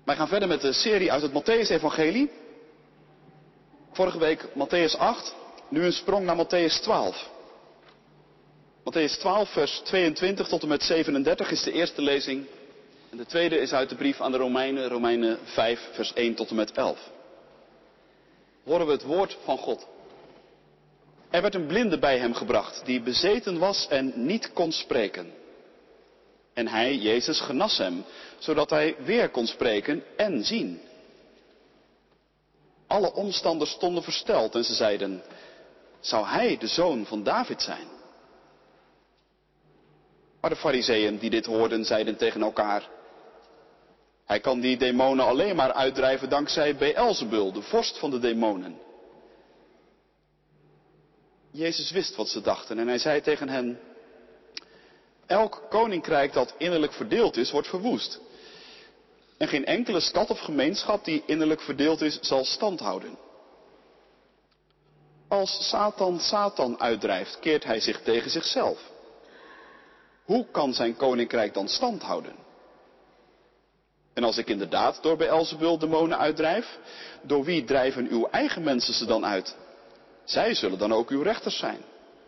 Wij gaan verder met de serie uit het Mattheüs-evangelie. Vorige week Mattheüs 8, nu een sprong naar Mattheüs 12. Mattheüs 12, vers 22 tot en met 37 is de eerste lezing. En de tweede is uit de brief aan de Romeinen, Romeinen 5, vers 1 tot en met 11. Horen we het woord van God. Er werd een blinde bij hem gebracht, die bezeten was en niet kon spreken. En hij, Jezus, genas hem, zodat hij weer kon spreken en zien. Alle omstanders stonden versteld en ze zeiden, zou hij de zoon van David zijn? Maar de farizeeën die dit hoorden, zeiden tegen elkaar, hij kan die demonen alleen maar uitdrijven dankzij Beelzebul, de vorst van de demonen. Jezus wist wat ze dachten en hij zei tegen hen, elk koninkrijk dat innerlijk verdeeld is, wordt verwoest. En geen enkele stad of gemeenschap die innerlijk verdeeld is, zal stand houden. Als Satan uitdrijft, keert hij zich tegen zichzelf. Hoe kan zijn koninkrijk dan stand houden? En als ik inderdaad door Beelzebul demonen uitdrijf, door wie drijven uw eigen mensen ze dan uit? Zij zullen dan ook uw rechters zijn.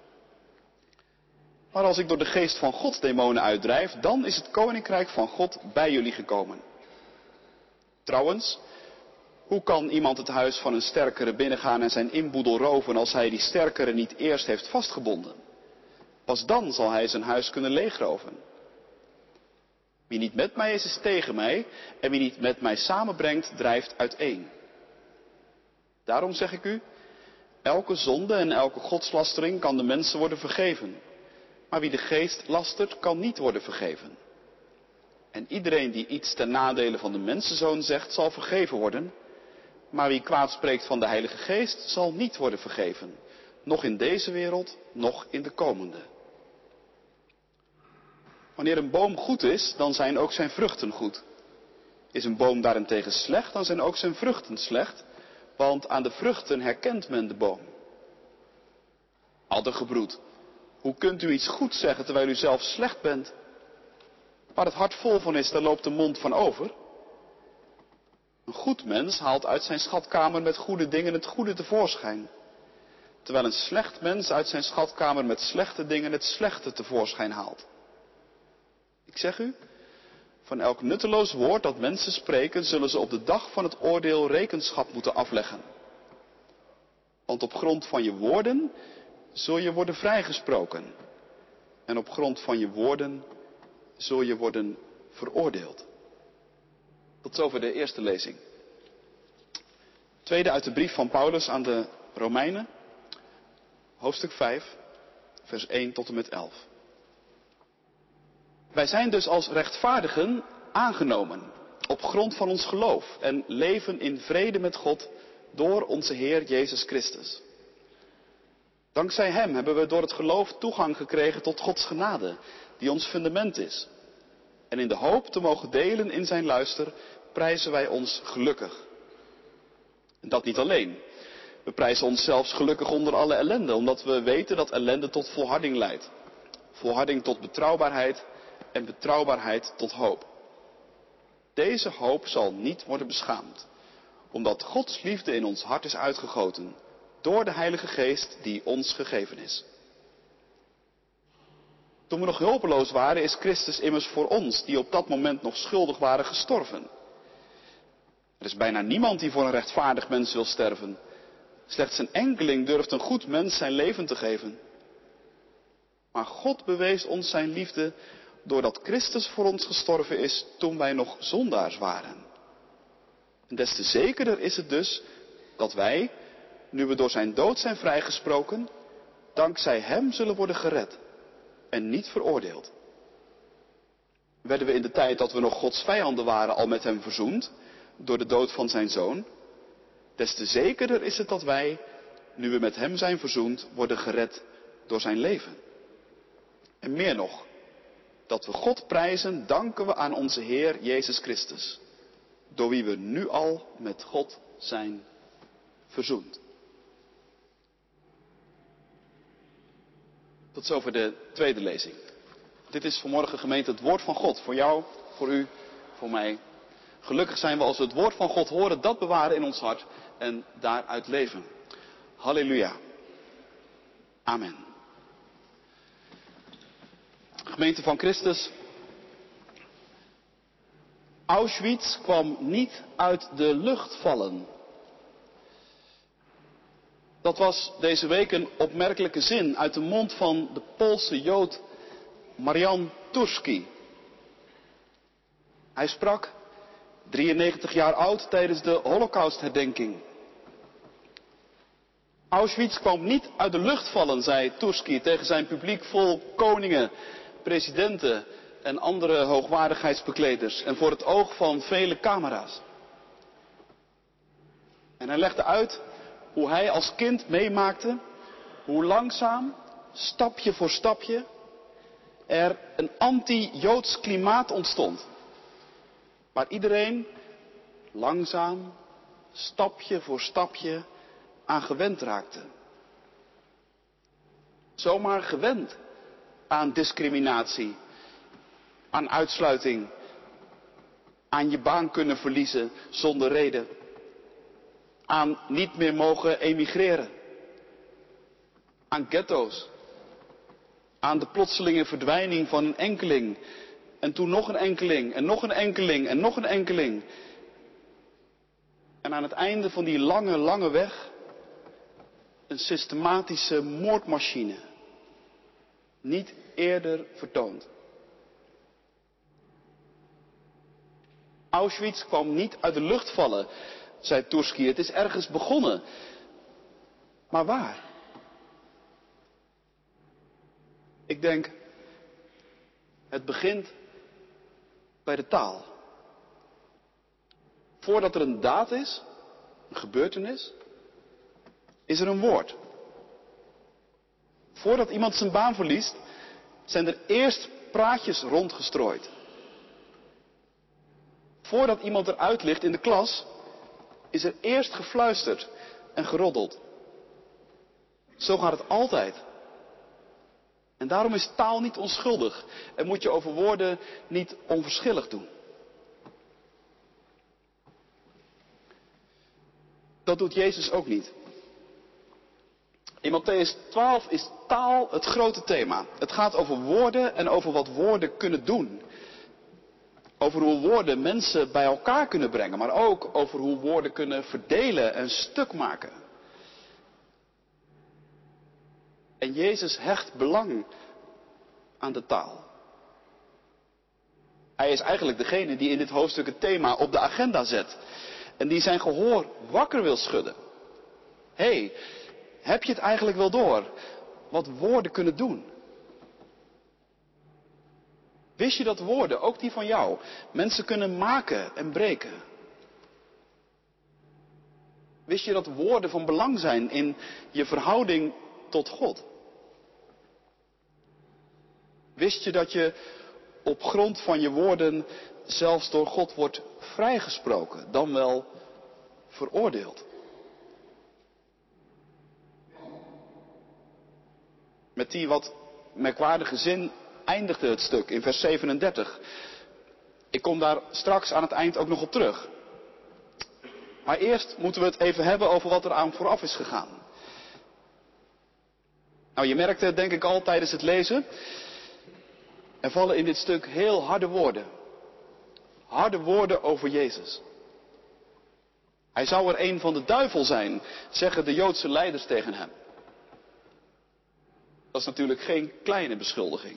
Maar als ik door de geest van God demonen uitdrijf, dan is het koninkrijk van God bij jullie gekomen. Trouwens, hoe kan iemand het huis van een sterkere binnengaan en zijn inboedel roven als hij die sterkere niet eerst heeft vastgebonden? Pas dan zal hij zijn huis kunnen leegroven. Wie niet met mij is tegen mij, en wie niet met mij samenbrengt, drijft uiteen. Daarom zeg ik u, elke zonde en elke godslastering kan de mensen worden vergeven. Maar wie de geest lastert, kan niet worden vergeven. En iedereen die iets ten nadele van de mensenzoon zegt, zal vergeven worden. Maar wie kwaad spreekt van de Heilige Geest, zal niet worden vergeven. Nog in deze wereld, nog in de komende. Wanneer een boom goed is, dan zijn ook zijn vruchten goed. Is een boom daarentegen slecht, dan zijn ook zijn vruchten slecht. Want aan de vruchten herkent men de boom. Addergebroed, hoe kunt u iets goed zeggen terwijl u zelf slecht bent? Waar het hart vol van is, daar loopt de mond van over. Een goed mens haalt uit zijn schatkamer met goede dingen het goede tevoorschijn. Terwijl een slecht mens uit zijn schatkamer met slechte dingen het slechte tevoorschijn haalt. Ik zeg u, van elk nutteloos woord dat mensen spreken, zullen ze op de dag van het oordeel rekenschap moeten afleggen. Want op grond van je woorden zul je worden vrijgesproken. En op grond van je woorden zul je worden veroordeeld. Tot zover de eerste lezing. Tweede uit de brief van Paulus aan de Romeinen, hoofdstuk 5, vers 1 tot en met 11. Wij zijn dus als rechtvaardigen aangenomen op grond van ons geloof en leven in vrede met God door onze Heer Jezus Christus. Dankzij Hem hebben we door het geloof toegang gekregen tot Gods genade, die ons fundament is. En in de hoop te mogen delen in zijn luister, prijzen wij ons gelukkig. En dat niet alleen. We prijzen ons zelfs gelukkig onder alle ellende, omdat we weten dat ellende tot volharding leidt. Volharding tot betrouwbaarheid en betrouwbaarheid tot hoop. Deze hoop zal niet worden beschaamd, omdat Gods liefde in ons hart is uitgegoten door de Heilige Geest die ons gegeven is. Toen we nog hulpeloos waren, is Christus immers voor ons, die op dat moment nog schuldig waren, gestorven. Er is bijna niemand die voor een rechtvaardig mens wil sterven. Slechts een enkeling durft een goed mens zijn leven te geven. Maar God bewees ons zijn liefde doordat Christus voor ons gestorven is toen wij nog zondaars waren. En des te zekerder is het dus dat wij, nu we door zijn dood zijn vrijgesproken, dankzij hem zullen worden gered en niet veroordeeld. Werden we in de tijd dat we nog Gods vijanden waren al met hem verzoend door de dood van zijn zoon, des te zekerder is het dat wij, nu we met hem zijn verzoend, worden gered door zijn leven. En meer nog, dat we God prijzen, danken we aan onze Heer Jezus Christus, door wie we nu al met God zijn verzoend. Tot zover de tweede lezing. Dit is vanmorgen gemeente het woord van God, voor jou, voor u, voor mij. Gelukkig zijn we als we het woord van God horen, dat bewaren in ons hart en daaruit leven. Halleluja. Amen. Gemeente van Christus. Auschwitz kwam niet uit de lucht vallen. Dat was deze week een opmerkelijke zin uit de mond van de Poolse Jood Marian Turski. Hij sprak, 93 jaar oud, tijdens de Holocaustherdenking. Auschwitz kwam niet uit de lucht vallen, zei Turski tegen zijn publiek vol koningen, presidenten en andere hoogwaardigheidsbekleders en voor het oog van vele camera's. En hij legde uit hoe hij als kind meemaakte hoe langzaam, stapje voor stapje, er een anti-Joods klimaat ontstond. Waar iedereen langzaam, stapje voor stapje aan gewend raakte. Zomaar gewend aan discriminatie, aan uitsluiting, aan je baan kunnen verliezen zonder reden, aan niet meer mogen emigreren, aan ghetto's, aan de plotselinge verdwijning van een enkeling en toen nog een enkeling en nog een enkeling en nog een enkeling. En aan het einde van die lange, lange weg een systematische moordmachine, niet eerder vertoond. Auschwitz kwam niet uit de lucht vallen, zei Turski. Het is ergens begonnen. Maar waar? Ik denk, het begint bij de taal. Voordat er een daad is, een gebeurtenis, is er een woord. Voordat iemand zijn baan verliest, zijn er eerst praatjes rondgestrooid. Voordat iemand eruit ligt in de klas, is er eerst gefluisterd en geroddeld. Zo gaat het altijd. En daarom is taal niet onschuldig en moet je over woorden niet onverschillig doen. Dat doet Jezus ook niet. In Mattheüs 12 is taal het grote thema. Het gaat over woorden en over wat woorden kunnen doen. Over hoe woorden mensen bij elkaar kunnen brengen, maar ook over hoe woorden kunnen verdelen en stuk maken. En Jezus hecht belang aan de taal. Hij is eigenlijk degene die in dit hoofdstuk het thema op de agenda zet. En die zijn gehoor wakker wil schudden. Hé, heb je het eigenlijk wel door? Wat woorden kunnen doen? Wist je dat woorden, ook die van jou, mensen kunnen maken en breken? Wist je dat woorden van belang zijn in je verhouding tot God? Wist je dat je op grond van je woorden zelfs door God wordt vrijgesproken, dan wel veroordeeld? Met die wat merkwaardige zin eindigde het stuk in vers 37. Ik kom daar straks aan het eind ook nog op terug. Maar eerst moeten we het even hebben over wat er aan vooraf is gegaan. Nou, je merkte het denk ik al tijdens het lezen. Er vallen in dit stuk heel harde woorden. Harde woorden over Jezus. Hij zou er een van de duivel zijn, zeggen de Joodse leiders tegen hem. Dat is natuurlijk geen kleine beschuldiging.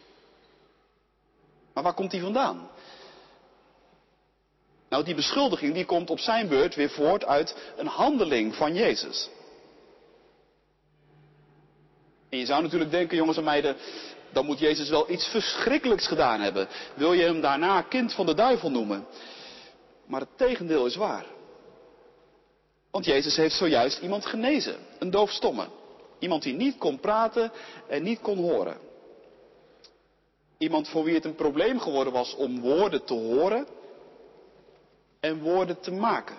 Maar waar komt die vandaan? Nou, die beschuldiging die komt op zijn beurt weer voort uit een handeling van Jezus. En je zou natuurlijk denken, jongens en meiden, dan moet Jezus wel iets verschrikkelijks gedaan hebben. Wil je hem daarna kind van de duivel noemen? Maar het tegendeel is waar. Want Jezus heeft zojuist iemand genezen, een doofstomme. Iemand die niet kon praten en niet kon horen. Iemand voor wie het een probleem geworden was om woorden te horen en woorden te maken.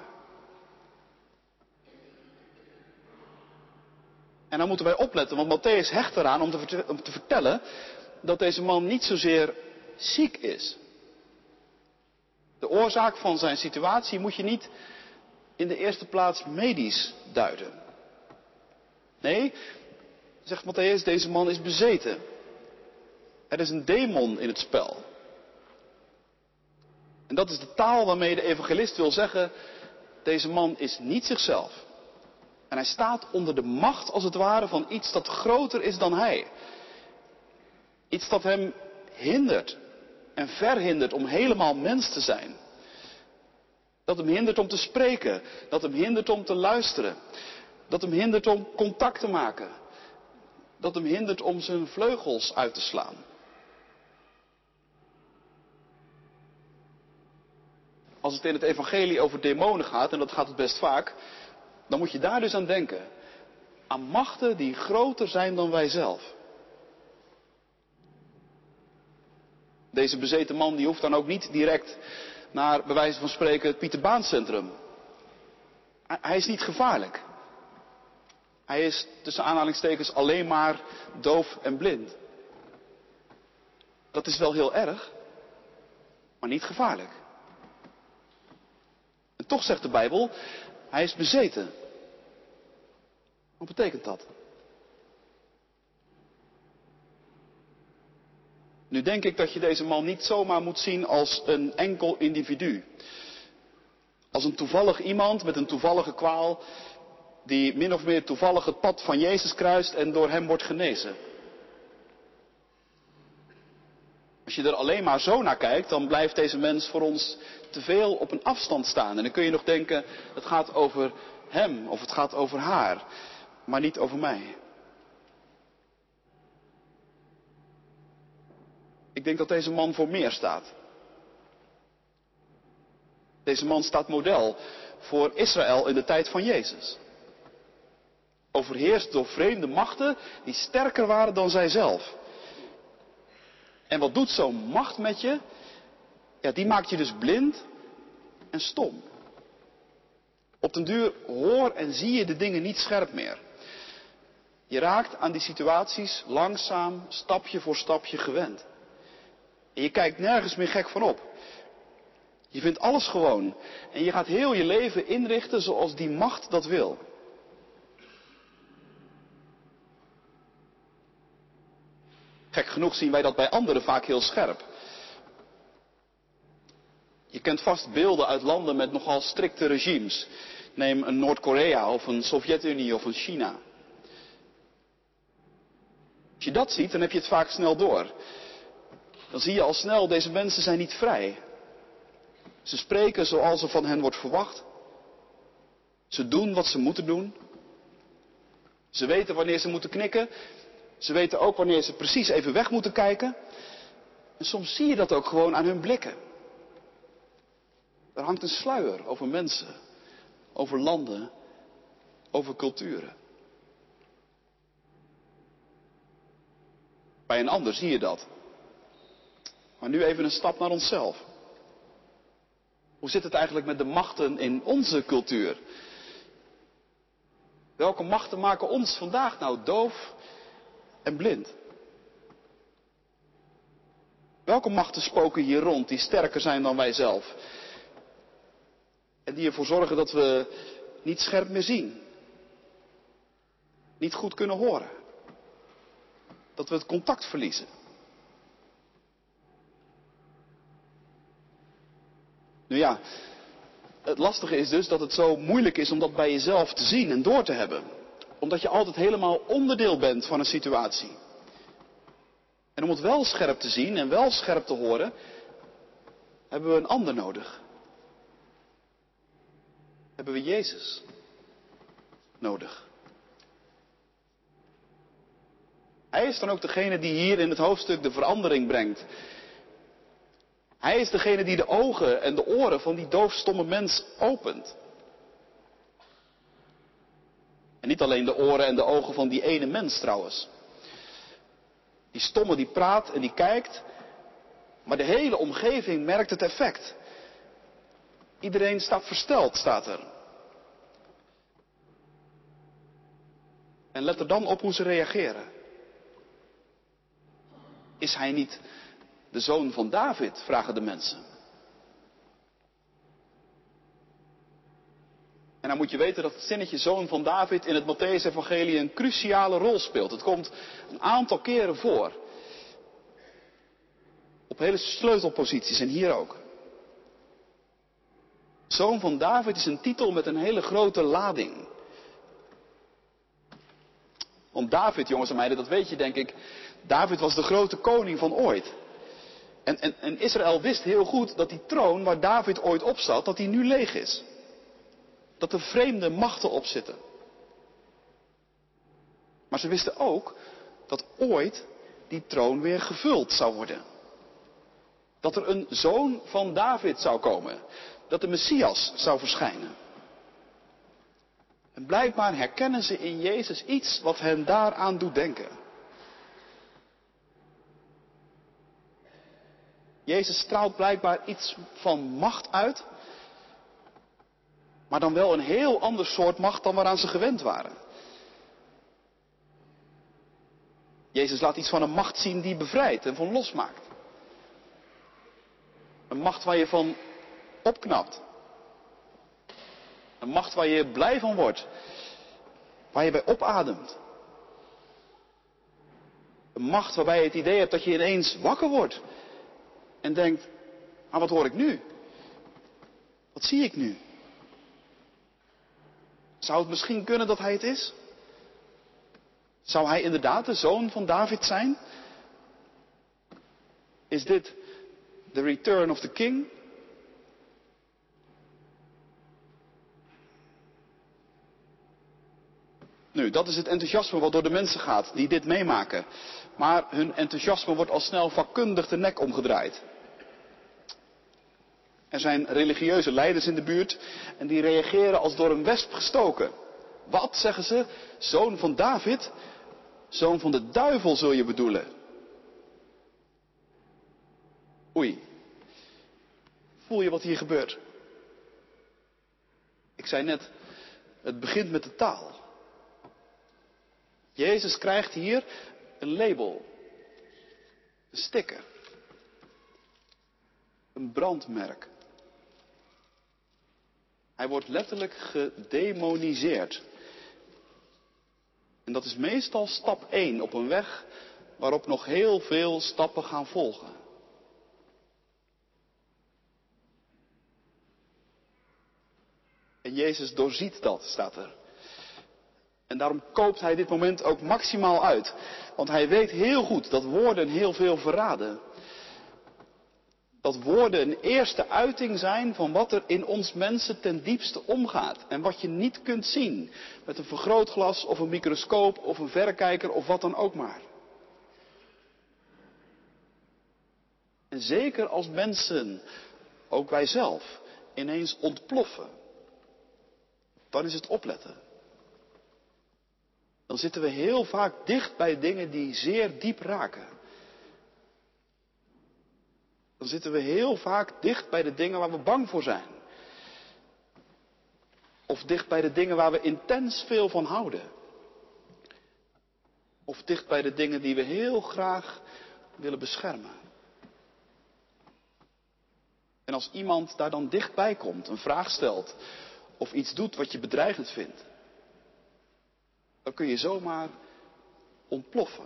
En dan moeten wij opletten, want Mattheüs hecht eraan om te vertellen dat deze man niet zozeer ziek is. De oorzaak van zijn situatie moet je niet in de eerste plaats medisch duiden. Nee, zegt Mattheüs, deze man is bezeten. Er is een demon in het spel. En dat is de taal waarmee de evangelist wil zeggen, deze man is niet zichzelf. En hij staat onder de macht, als het ware, van iets dat groter is dan hij. Iets dat hem hindert en verhindert om helemaal mens te zijn. Dat hem hindert om te spreken, dat hem hindert om te luisteren. Dat hem hindert om contact te maken. Dat hem hindert om zijn vleugels uit te slaan. Als het in het evangelie over demonen gaat, en dat gaat het best vaak, dan moet je daar dus aan denken. Aan machten die groter zijn dan wij zelf. Deze bezeten man die hoeft dan ook niet direct naar, bij wijze van spreken, het Pieter Baan Centrum. Hij is niet gevaarlijk. Hij is, tussen aanhalingstekens, alleen maar doof en blind. Dat is wel heel erg, maar niet gevaarlijk. En toch zegt de Bijbel, hij is bezeten. Wat betekent dat? Nu denk ik dat je deze man niet zomaar moet zien als een enkel individu. Als een toevallig iemand met een toevallige kwaal, die min of meer toevallig het pad van Jezus kruist en door hem wordt genezen. Als je er alleen maar zo naar kijkt, dan blijft deze mens voor ons te veel op een afstand staan. En dan kun je nog denken, het gaat over hem of het gaat over haar, maar niet over mij. Ik denk dat deze man voor meer staat. Deze man staat model voor Israël in de tijd van Jezus. Overheerst door vreemde machten die sterker waren dan zijzelf. En wat doet zo'n macht met je? Ja, die maakt je dus blind en stom. Op den duur hoor en zie je de dingen niet scherp meer. Je raakt aan die situaties langzaam, stapje voor stapje gewend. En je kijkt nergens meer gek van op. Je vindt alles gewoon. En je gaat heel je leven inrichten zoals die macht dat wil. Gek genoeg zien wij dat bij anderen vaak heel scherp. Je kent vast beelden uit landen met nogal strikte regimes. Neem een Noord-Korea of een Sovjet-Unie of een China. Als je dat ziet, dan heb je het vaak snel door. Dan zie je al snel, deze mensen zijn niet vrij. Ze spreken zoals er van hen wordt verwacht. Ze doen wat ze moeten doen. Ze weten wanneer ze moeten knikken. Ze weten ook wanneer ze precies even weg moeten kijken. En soms zie je dat ook gewoon aan hun blikken. Er hangt een sluier over mensen, over landen, over culturen. Bij een ander zie je dat. Maar nu even een stap naar onszelf. Hoe zit het eigenlijk met de machten in onze cultuur? Welke machten maken ons vandaag nou doof en blind? Welke machten spoken hier rond die sterker zijn dan wij zelf? En die ervoor zorgen dat we niet scherp meer zien. Niet goed kunnen horen. Dat we het contact verliezen. Nu ja, het lastige is dus dat het zo moeilijk is om dat bij jezelf te zien en door te hebben. Omdat je altijd helemaal onderdeel bent van een situatie. En om het wel scherp te zien en wel scherp te horen, hebben we een ander nodig. Hebben we Jezus nodig. Hij is dan ook degene die hier in het hoofdstuk de verandering brengt. Hij is degene die de ogen en de oren van die doofstomme mens opent. En niet alleen de oren en de ogen van die ene mens trouwens. Die stomme die praat en die kijkt, maar de hele omgeving merkt het effect. Iedereen staat versteld, staat er. En let er dan op hoe ze reageren. Is hij niet de zoon van David, vragen de mensen. dan moet je weten dat het zinnetje zoon van David in het Mattheüs-evangelie een cruciale rol speelt. Het komt een aantal keren voor. Op hele sleutelposities en hier ook. Zoon van David is een titel met een hele grote lading. Want David, jongens en meiden, dat weet je denk ik. David was de grote koning van ooit. En Israël wist heel goed dat die troon waar David ooit op zat, dat die nu leeg is. Dat er vreemde machten op zitten. Maar ze wisten ook dat ooit die troon weer gevuld zou worden. Dat er een zoon van David zou komen. Dat de Messias zou verschijnen. En blijkbaar herkennen ze in Jezus iets wat hen daaraan doet denken. Jezus straalt blijkbaar iets van macht uit. Maar dan wel een heel ander soort macht dan waaraan ze gewend waren. Jezus laat iets van een macht zien die bevrijdt en van losmaakt. Een macht waar je van opknapt. Een macht waar je blij van wordt. Waar je bij opademt. Een macht waarbij je het idee hebt dat je ineens wakker wordt. En denkt, maar wat hoor ik nu? Wat zie ik nu? Zou het misschien kunnen dat hij het is? Zou hij inderdaad de zoon van David zijn? Is dit the return of the king? Nu, dat is het enthousiasme wat door de mensen gaat die dit meemaken. Maar hun enthousiasme wordt al snel vakkundig de nek omgedraaid. Er zijn religieuze leiders in de buurt en die reageren als door een wesp gestoken. Wat, zeggen ze, zoon van David? Zoon van de duivel zul je bedoelen. Oei. Voel je wat hier gebeurt? Ik zei net, het begint met de taal. Jezus krijgt hier een label. Een sticker. Een brandmerk. Hij wordt letterlijk gedemoniseerd. En dat is meestal stap 1 op een weg waarop nog heel veel stappen gaan volgen. En Jezus doorziet dat, staat er. En daarom koopt hij dit moment ook maximaal uit. Want hij weet heel goed dat woorden heel veel verraden. Dat woorden een eerste uiting zijn van wat er in ons mensen ten diepste omgaat. En wat je niet kunt zien met een vergrootglas of een microscoop of een verrekijker of wat dan ook maar. En zeker als mensen, ook wij zelf, ineens ontploffen. Dan is het opletten. Dan zitten we heel vaak dicht bij dingen die zeer diep raken. Dan zitten we heel vaak dicht bij de dingen waar we bang voor zijn. Of dicht bij de dingen waar we intens veel van houden. Of dicht bij de dingen die we heel graag willen beschermen. En als iemand daar dan dichtbij komt, een vraag stelt of iets doet wat je bedreigend vindt, dan kun je zomaar ontploffen.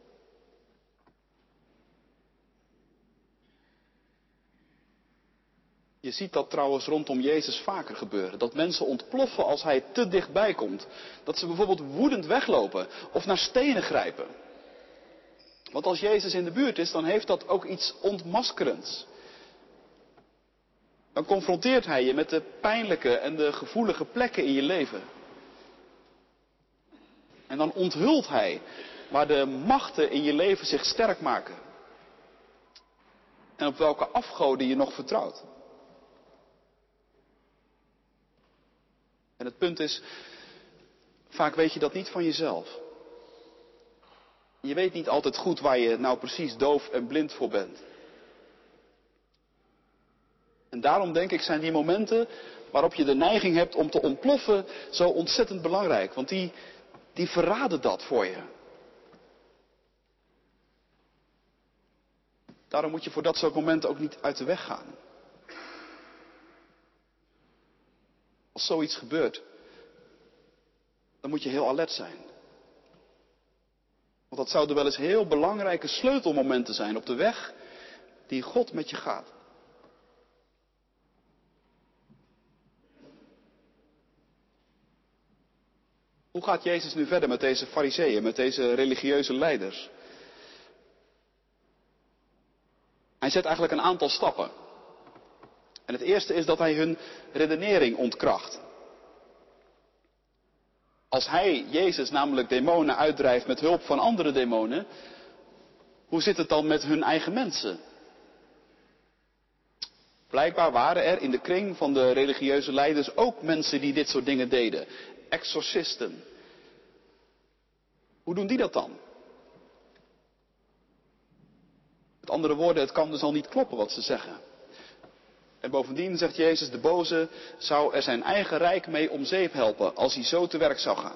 Je ziet dat trouwens rondom Jezus vaker gebeuren. Dat mensen ontploffen als hij te dichtbij komt. Dat ze bijvoorbeeld woedend weglopen of naar stenen grijpen. Want als Jezus in de buurt is, dan heeft dat ook iets ontmaskerends. Dan confronteert hij je met de pijnlijke en de gevoelige plekken in je leven. En dan onthult hij waar de machten in je leven zich sterk maken. En op welke afgoden je nog vertrouwt. En het punt is, vaak weet je dat niet van jezelf. Je weet niet altijd goed waar je nou precies doof en blind voor bent. En daarom denk ik zijn die momenten waarop je de neiging hebt om te ontploffen zo ontzettend belangrijk. Want die verraden dat voor je. Daarom moet je voor dat soort momenten ook niet uit de weg gaan. Als zoiets gebeurt, dan moet je heel alert zijn. Want dat zouden wel eens heel belangrijke sleutelmomenten zijn op de weg die God met je gaat. Hoe gaat Jezus nu verder met deze fariseeën, met deze religieuze leiders? Hij zet eigenlijk een aantal stappen. En het eerste is dat hij hun redenering ontkracht. Als hij, Jezus, namelijk demonen uitdrijft met hulp van andere demonen, hoe zit het dan met hun eigen mensen? Blijkbaar waren er in de kring van de religieuze leiders ook mensen die dit soort dingen deden. Exorcisten. Hoe doen die dat dan? Met andere woorden, het kan dus al niet kloppen wat ze zeggen. En bovendien, zegt Jezus, de boze zou er zijn eigen rijk mee om zeep helpen als hij zo te werk zou gaan.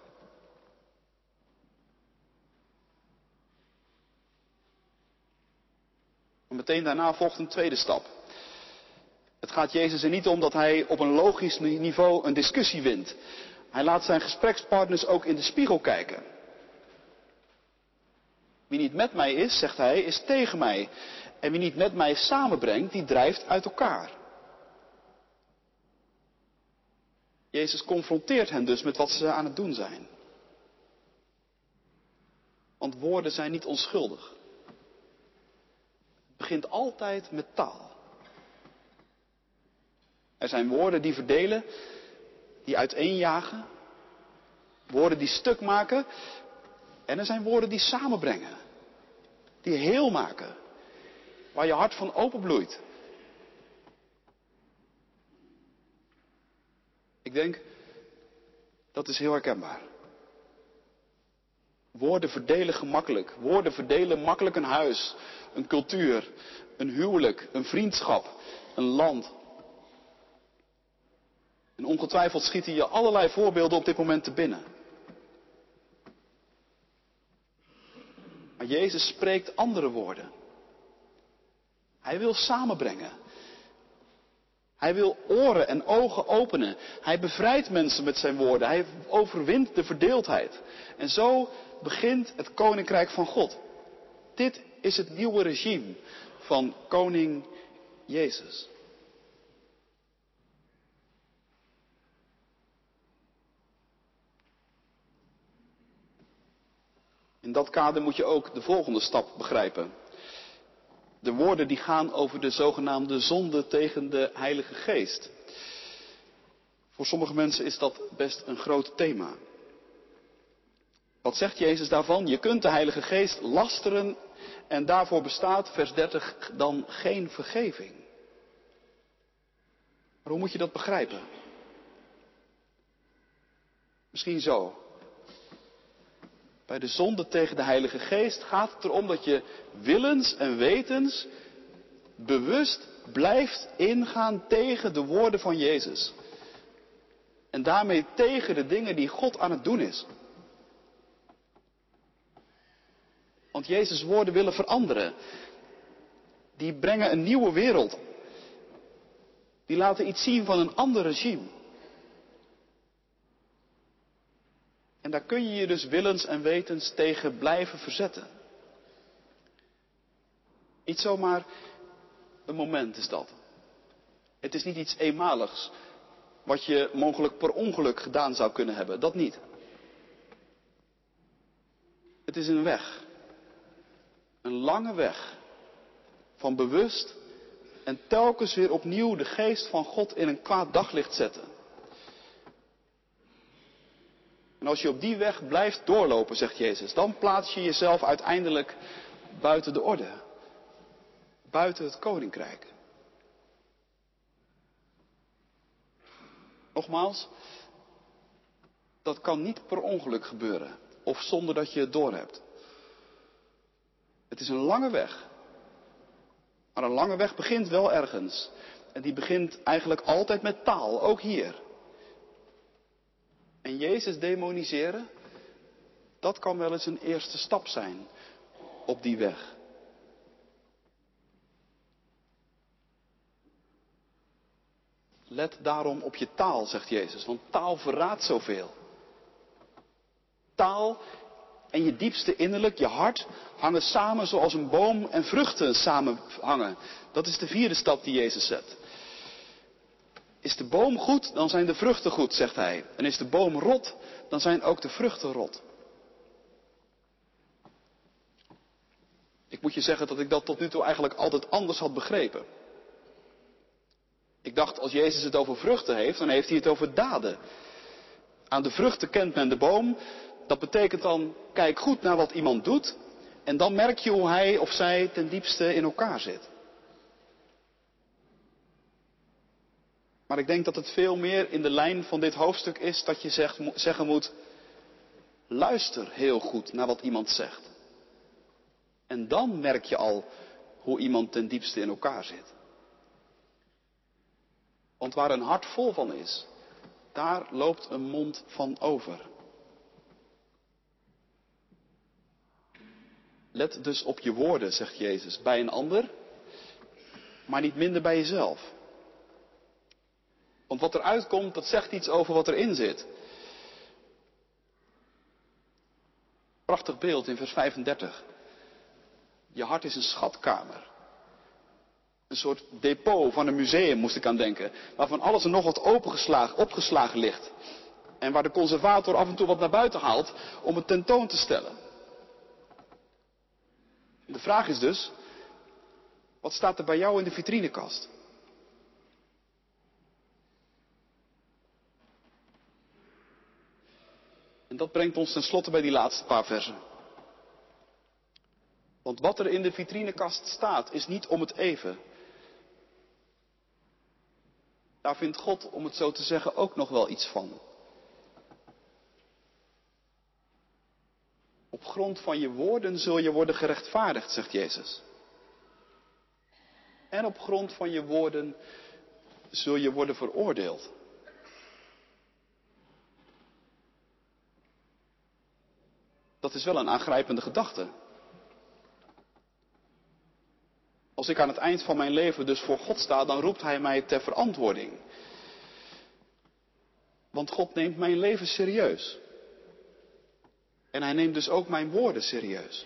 Maar meteen daarna volgt een tweede stap. Het gaat Jezus er niet om dat hij op een logisch niveau een discussie wint. Hij laat zijn gesprekspartners ook in de spiegel kijken. Wie niet met mij is, zegt hij, is tegen mij. En wie niet met mij samenbrengt, die drijft uit elkaar. Jezus confronteert hen dus met wat ze aan het doen zijn. Want woorden zijn niet onschuldig. Het begint altijd met taal. Er zijn woorden die verdelen, die uiteenjagen. Woorden die stuk maken. En er zijn woorden die samenbrengen. Die heel maken. Waar je hart van openbloeit. Ik denk, dat is heel herkenbaar. Woorden verdelen gemakkelijk. Woorden verdelen makkelijk een huis, een cultuur, een huwelijk, een vriendschap, een land. En ongetwijfeld schieten je allerlei voorbeelden op dit moment te binnen. Maar Jezus spreekt andere woorden. Hij wil samenbrengen. Hij wil oren en ogen openen. Hij bevrijdt mensen met zijn woorden. Hij overwint de verdeeldheid. En zo begint het koninkrijk van God. Dit is het nieuwe regime van koning Jezus. In dat kader moet je ook de volgende stap begrijpen. De woorden die gaan over de zogenaamde zonde tegen de Heilige Geest. Voor sommige mensen is dat best een groot thema. Wat zegt Jezus daarvan? Je kunt de Heilige Geest lasteren en daarvoor bestaat, vers 30, dan geen vergeving. Maar hoe moet je dat begrijpen? Misschien zo. Bij de zonde tegen de Heilige Geest gaat het erom dat je willens en wetens bewust blijft ingaan tegen de woorden van Jezus. En daarmee tegen de dingen die God aan het doen is. Want Jezus' woorden willen veranderen. Die brengen een nieuwe wereld. Die laten iets zien van een ander regime. En daar kun je je dus willens en wetens tegen blijven verzetten. Niet zomaar een moment is dat. Het is niet iets eenmaligs. Wat je mogelijk per ongeluk gedaan zou kunnen hebben. Dat niet. Het is een weg. Een lange weg. Van bewust en telkens weer opnieuw de geest van God in een kwaad daglicht zetten. En als je op die weg blijft doorlopen, zegt Jezus, dan plaats je jezelf uiteindelijk buiten de orde. Buiten het koninkrijk. Nogmaals, dat kan niet per ongeluk gebeuren. Of zonder dat je het doorhebt. Het is een lange weg. Maar een lange weg begint wel ergens. En die begint eigenlijk altijd met taal, ook hier. En Jezus demoniseren, dat kan wel eens een eerste stap zijn op die weg. Let daarom op je taal, zegt Jezus, want taal verraadt zoveel. taal en je diepste innerlijk, je hart, hangen samen zoals een boom en vruchten samenhangen. Dat is de vierde stap die Jezus zet. Is de boom goed, dan zijn de vruchten goed, zegt hij. En is de boom rot, dan zijn ook de vruchten rot. Ik moet je zeggen dat ik dat tot nu toe eigenlijk altijd anders had begrepen. Ik dacht, als Jezus het over vruchten heeft, dan heeft hij het over daden. Aan de vruchten kent men de boom. Dat betekent dan, kijk goed naar wat iemand doet. En dan merk je hoe hij of zij ten diepste in elkaar zit. Maar ik denk dat het veel meer in de lijn van dit hoofdstuk is dat je zeggen moet, luister heel goed naar wat iemand zegt. En dan merk je al hoe iemand ten diepste in elkaar zit. Want waar een hart vol van is, daar loopt een mond van over. Let dus op je woorden, zegt Jezus, bij een ander, maar niet minder bij jezelf. Want wat eruit komt, dat zegt iets over wat erin zit. Prachtig beeld in vers 35. Je hart is een schatkamer. Een soort depot van een museum, moest ik aan denken. Waarvan alles en nog wat opgeslagen ligt. En waar de conservator af en toe wat naar buiten haalt om het tentoon te stellen. De vraag is dus, wat staat er bij jou in de vitrinekast? En dat brengt ons tenslotte bij die laatste paar versen. Want wat er in de vitrinekast staat, is niet om het even. Daar vindt God, om het zo te zeggen, ook nog wel iets van. Op grond van je woorden zul je worden gerechtvaardigd, zegt Jezus. En op grond van je woorden zul je worden veroordeeld. Dat is wel een aangrijpende gedachte. Als ik aan het eind van mijn leven dus voor God sta, dan roept Hij mij ter verantwoording. Want God neemt mijn leven serieus. En Hij neemt dus ook mijn woorden serieus.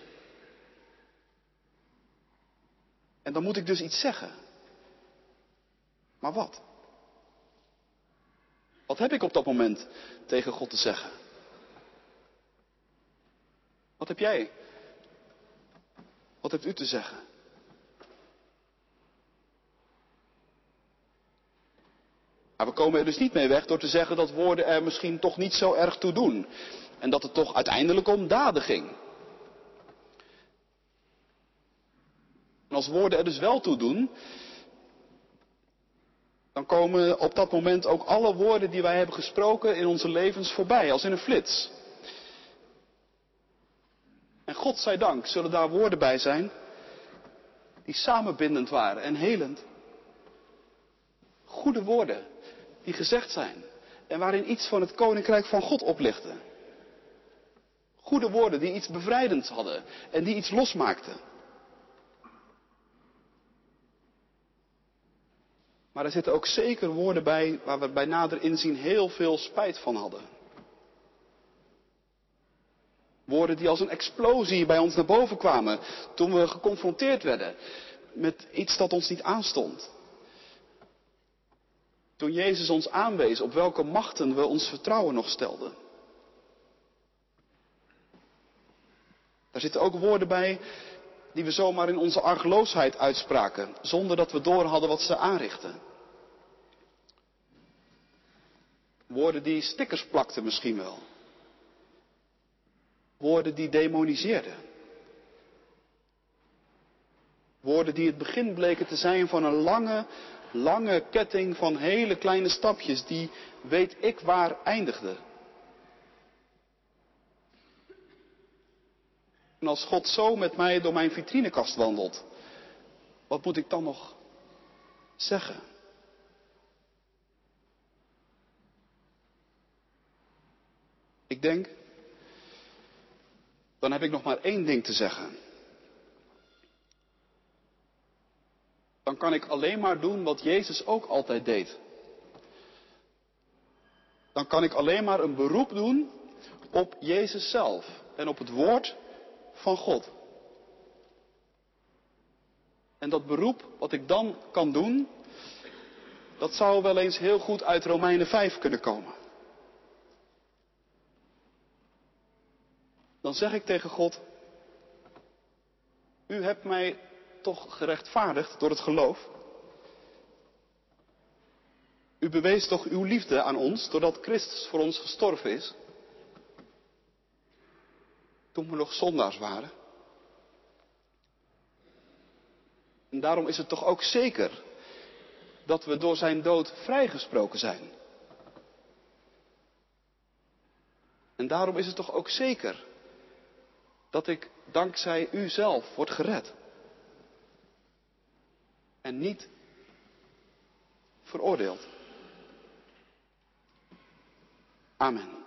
En dan moet ik dus iets zeggen. Maar wat? Wat heb ik op dat moment tegen God te zeggen? Wat heb jij? Wat hebt u te zeggen? Maar we komen er dus niet mee weg door te zeggen dat woorden er misschien toch niet zo erg toe doen. En dat het toch uiteindelijk om daden ging. En als woorden er dus wel toe doen, dan komen op dat moment ook alle woorden die wij hebben gesproken in onze levens voorbij, als in een flits. En God zij dank zullen daar woorden bij zijn die samenbindend waren en helend. Goede woorden die gezegd zijn en waarin iets van het koninkrijk van God oplichten. Goede woorden die iets bevrijdends hadden en die iets losmaakten. Maar er zitten ook zeker woorden bij waar we bij nader inzien heel veel spijt van hadden. Woorden die als een explosie bij ons naar boven kwamen toen we geconfronteerd werden met iets dat ons niet aanstond. Toen Jezus ons aanwees op welke machten we ons vertrouwen nog stelden. Daar zitten ook woorden bij die we zomaar in onze argeloosheid uitspraken, zonder dat we door hadden wat ze aanrichten. Woorden die stickers plakten misschien wel. Woorden die demoniseerden. Woorden die het begin bleken te zijn van een lange ketting van hele kleine stapjes die weet ik waar eindigden. En als God zo met mij door mijn vitrinekast wandelt, wat moet ik dan nog zeggen? Ik denk, dan heb ik nog maar één ding te zeggen. Dan kan ik alleen maar doen wat Jezus ook altijd deed. Dan kan ik alleen maar een beroep doen op Jezus zelf en op het woord van God. En dat beroep wat ik dan kan doen, dat zou wel eens heel goed uit Romeinen 5 kunnen komen. Dan zeg ik tegen God, u hebt mij toch gerechtvaardigd door het geloof. U bewees toch uw liefde aan ons, doordat Christus voor ons gestorven is. Toen we nog zondaars waren. En daarom is het toch ook zeker dat we door zijn dood vrijgesproken zijn. En daarom is het toch ook zeker dat ik dankzij u zelf word gered. En niet veroordeeld. Amen.